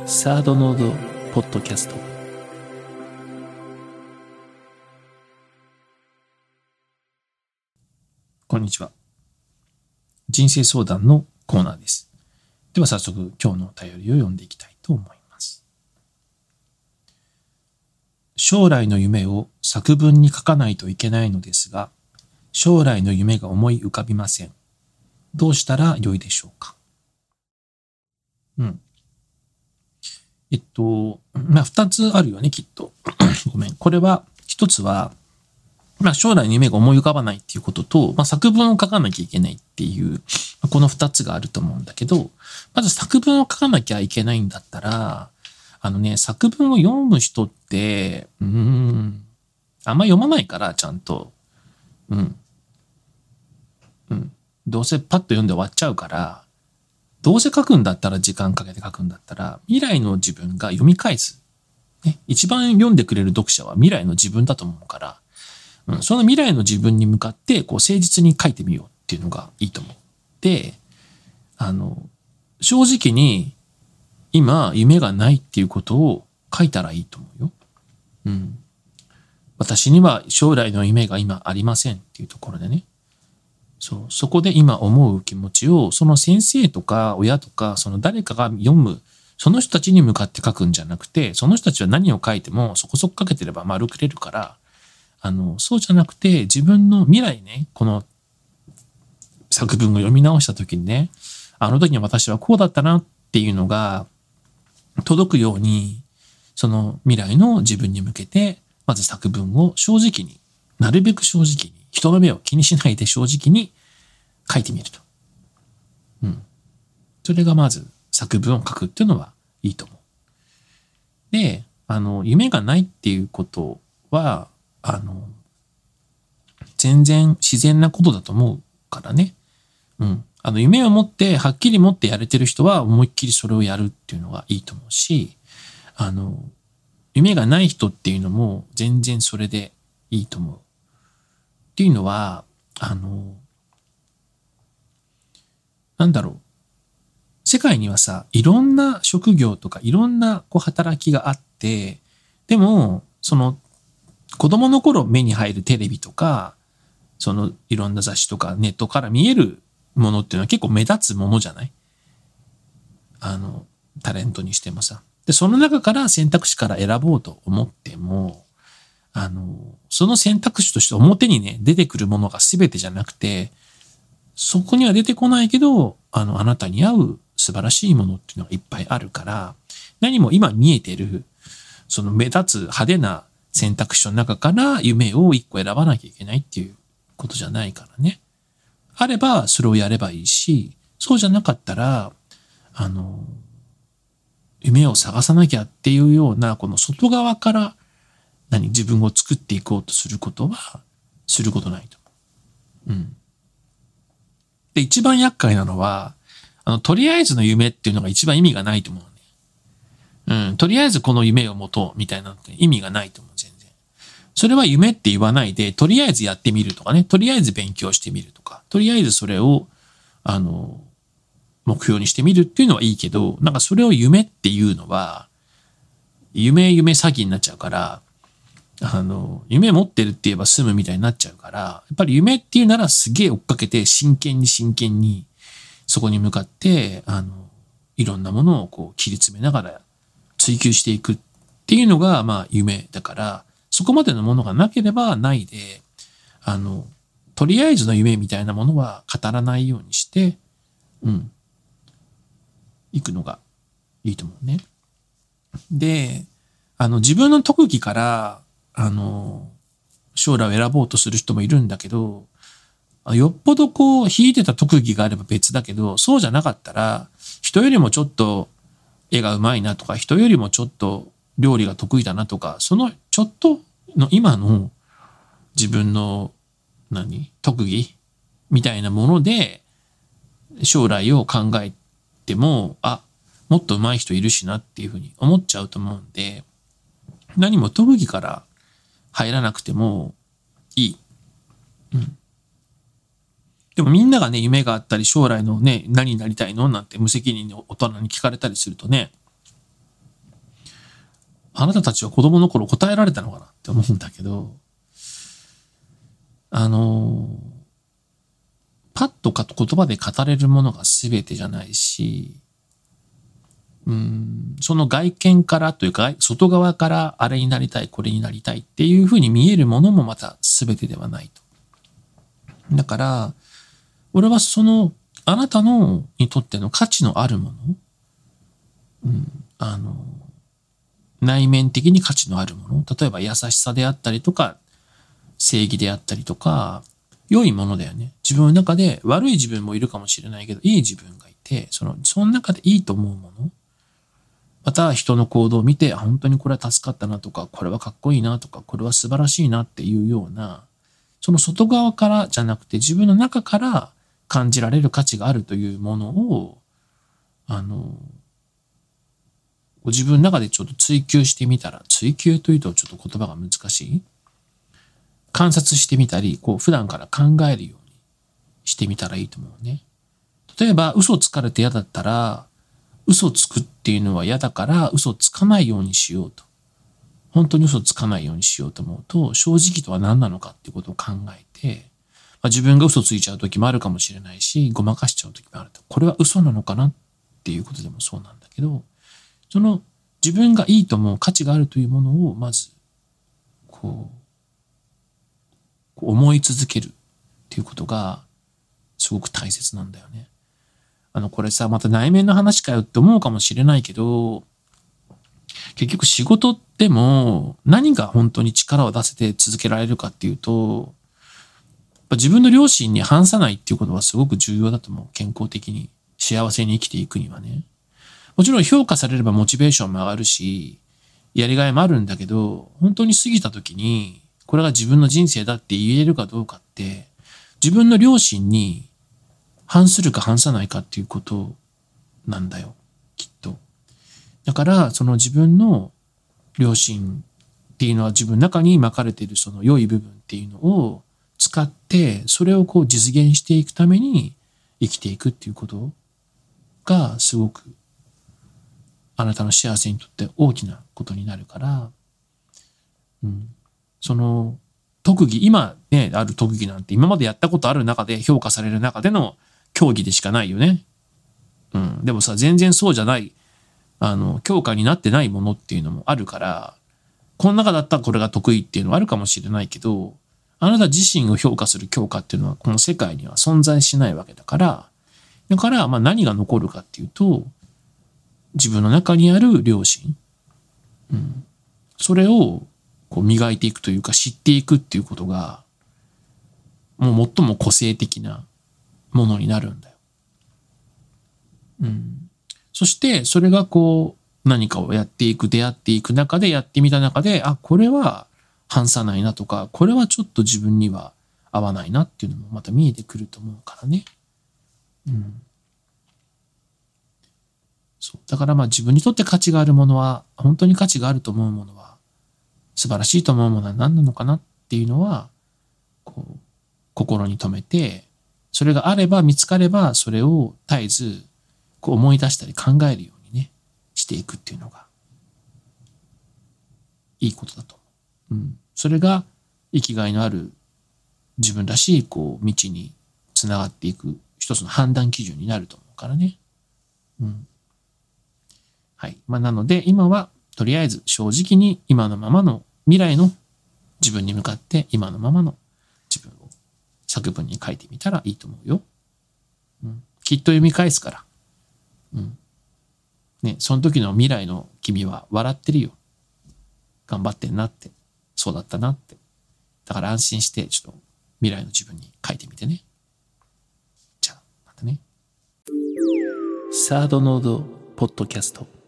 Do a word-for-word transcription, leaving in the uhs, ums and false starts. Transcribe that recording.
サードノードポッドキャスト。こんにちは。人生相談のコーナーです。では早速今日のお便りを読んでいきたいと思います。将来の夢を作文に書かないといけないのですが、将来の夢が思い浮かびません。どうしたらよいでしょうか。うん。えっと、まあ、二つあるよね、きっと。ごめん。これは、一つは、まあ、将来の夢が思い浮かばないっていうことと、まあ、作文を書かなきゃいけないっていう、この二つがあると思うんだけど、まず作文を書かなきゃいけないんだったら、あのね、作文を読む人って、うーん、あんま読まないから、ちゃんと。うん。うん。どうせパッと読んで終わっちゃうから、どうせ書くんだったら時間かけて書くんだったら、未来の自分が読み返す。ね、一番読んでくれる読者は未来の自分だと思うから、うん、その未来の自分に向かってこう誠実に書いてみようっていうのがいいと思う。で、あの、正直に今夢がないっていうことを書いたらいいと思うよ。うん。私には将来の夢が今ありませんっていうところでね。そう、そこで今思う気持ちを、その先生とか親とか、その誰かが読む、その人たちに向かって書くんじゃなくて、その人たちは何を書いてもそこそこ書けてれば丸くれるから、あの、そうじゃなくて、自分の未来ね、この作文を読み直した時にね、あの時に私はこうだったなっていうのが届くように、その未来の自分に向けて、まず作文を正直に、なるべく正直に、人の目を気にしないで正直に書いてみると。うん。それがまず作文を書くっていうのはいいと思う。で、あの、夢がないっていうことは、あの、全然自然なことだと思うからね。うん。あの、夢を持って、はっきり持ってやれてる人は思いっきりそれをやるっていうのがいいと思うし、あの、夢がない人っていうのも全然それでいいと思う。っていうのは、あの、なんだろう。世界にはさ、いろんな職業とかいろんなこう働きがあって、でも、その子供の頃目に入るテレビとか、そのいろんな雑誌とかネットから見えるものっていうのは結構目立つものじゃない？あの、タレントにしてもさ。で、その中から選択肢から選ぼうと思っても、あの、その選択肢として表にね、出てくるものが全てじゃなくて、そこには出てこないけど、あの、あなたに合う素晴らしいものっていうのがいっぱいあるから、何も今見えてる、その目立つ派手な選択肢の中から夢を一個選ばなきゃいけないっていうことじゃないからね。あれば、それをやればいいし、そうじゃなかったら、あの、夢を探さなきゃっていうような、この外側から何、自分を作っていこうとすることは、することないと。うん。で、一番厄介なのは、あの、とりあえずの夢っていうのが一番意味がないと思うね。うん。とりあえずこの夢を持とうみたいなのって意味がないと思う、全然。それは夢って言わないで、とりあえずやってみるとかね、とりあえず勉強してみるとか、とりあえずそれを、あの、目標にしてみるっていうのはいいけど、なんかそれを夢っていうのは、夢夢詐欺になっちゃうから、あの、夢持ってるって言えば済むみたいになっちゃうから、やっぱり夢っていうならすげえ追っかけて真剣に真剣にそこに向かって、あの、いろんなものをこう切り詰めながら追求していくっていうのが、まあ夢だから、そこまでのものがなければないで、あの、とりあえずの夢みたいなものは語らないようにして、うん、行くのがいいと思うね。で、あの、自分の特技から、あの、将来を選ぼうとする人もいるんだけど、よっぽどこう、秀でた特技があれば別だけど、そうじゃなかったら、人よりもちょっと絵が上手いなとか、人よりもちょっと料理が得意だなとか、そのちょっとの今の自分の何特技みたいなもので、将来を考えても、あ、もっと上手い人いるしなっていうふうに思っちゃうと思うんで、何も特技から入らなくてもいい。うん。でもみんながね、夢があったり、将来のね、何になりたいのなんて無責任に大人に聞かれたりするとね、 あなたたちは子供の頃答えられたのかなって思うんだけど、あの、パッとか言葉で語れるものが全てじゃないし、うん、その外見からというか、外側からあれになりたい、これになりたいっていうふうに見えるものもまた全てではないと。だから、俺はその、あなたのにとっての価値のあるもの、うん、あの、内面的に価値のあるもの、例えば優しさであったりとか、正義であったりとか、良いものだよね。自分の中で悪い自分もいるかもしれないけど、いい自分がいて、その、その中でいいと思うもの、また人の行動を見て、本当にこれは助かったなとか、これはかっこいいなとか、これは素晴らしいなっていうような、その外側からじゃなくて自分の中から感じられる価値があるというものを、あの、自分の中でちょっと追求してみたら、追求というとちょっと言葉が難しい。観察してみたり、こう普段から考えるようにしてみたらいいと思うね。例えば嘘つかれて嫌だったら、嘘つくっていうのは嫌だから嘘つかないようにしようと。本当に嘘つかないようにしようと思うと、正直とは何なのかっていうことを考えて、まあ、自分が嘘ついちゃう時もあるかもしれないし、ごまかしちゃう時もあると。これは嘘なのかなっていうことでもそうなんだけど、その自分がいいと思う価値があるというものをまずこう思い続けるっていうことがすごく大切なんだよね。あのこれさ、また内面の話かよって思うかもしれないけど、結局仕事でも何が本当に力を出せて続けられるかっていうと、自分の良心に反さないっていうことはすごく重要だと思う。健康的に幸せに生きていくにはね。もちろん評価されればモチベーションも上がるし、やりがいもあるんだけど、本当に過ぎた時に、これが自分の人生だって言えるかどうかって、自分の良心に反するか反さないかっていうことなんだよ、きっと。だから、その自分の良心っていうのは自分の中に巻かれているその良い部分っていうのを使って、それをこう実現していくために生きていくっていうことがすごくあなたの幸せにとって大きなことになるから、うん、その特技、今ね、ある特技なんて今までやったことある中で評価される中での競技でしかないよね。うん、でもさ、全然そうじゃない、あの、強化になってないものっていうのもあるから、この中だったらこれが得意っていうのはあるかもしれないけど、あなた自身を評価する強化っていうのはこの世界には存在しないわけだから、だからまあ何が残るかっていうと、自分の中にある良心、うん、それをこう磨いていくというか知っていくっていうことがもう最も個性的なものになるんだよ。うん、そしてそれがこう何かをやっていく、出会っていく中でやってみた中で、あ、これは反さないなとか、これはちょっと自分には合わないなっていうのもまた見えてくると思うからね。うん。そう。だからまあ自分にとって価値があるものは、本当に価値があると思うものは、素晴らしいと思うものは何なのかなっていうのは、こう、心に留めて、それがあれば見つかれば、それを絶えずこう思い出したり考えるようにね、していくっていうのが、いいことだと思う。うん。それが生きがいのある自分らしい、こう、道につながっていく一つの判断基準になると思うからね。うん。はい。まあ、なので、今は、とりあえず正直に今のままの未来の自分に向かって今のままの自分を作文に書いてみたらいいと思うよ。うん。きっと読み返すから。うん。ね、その時の未来の君は笑ってるよ。頑張ってんなって。そうだったなって。だから安心して、ちょっと未来の自分に書いてみてね。じゃあ、またね。サードノードポッドキャスト。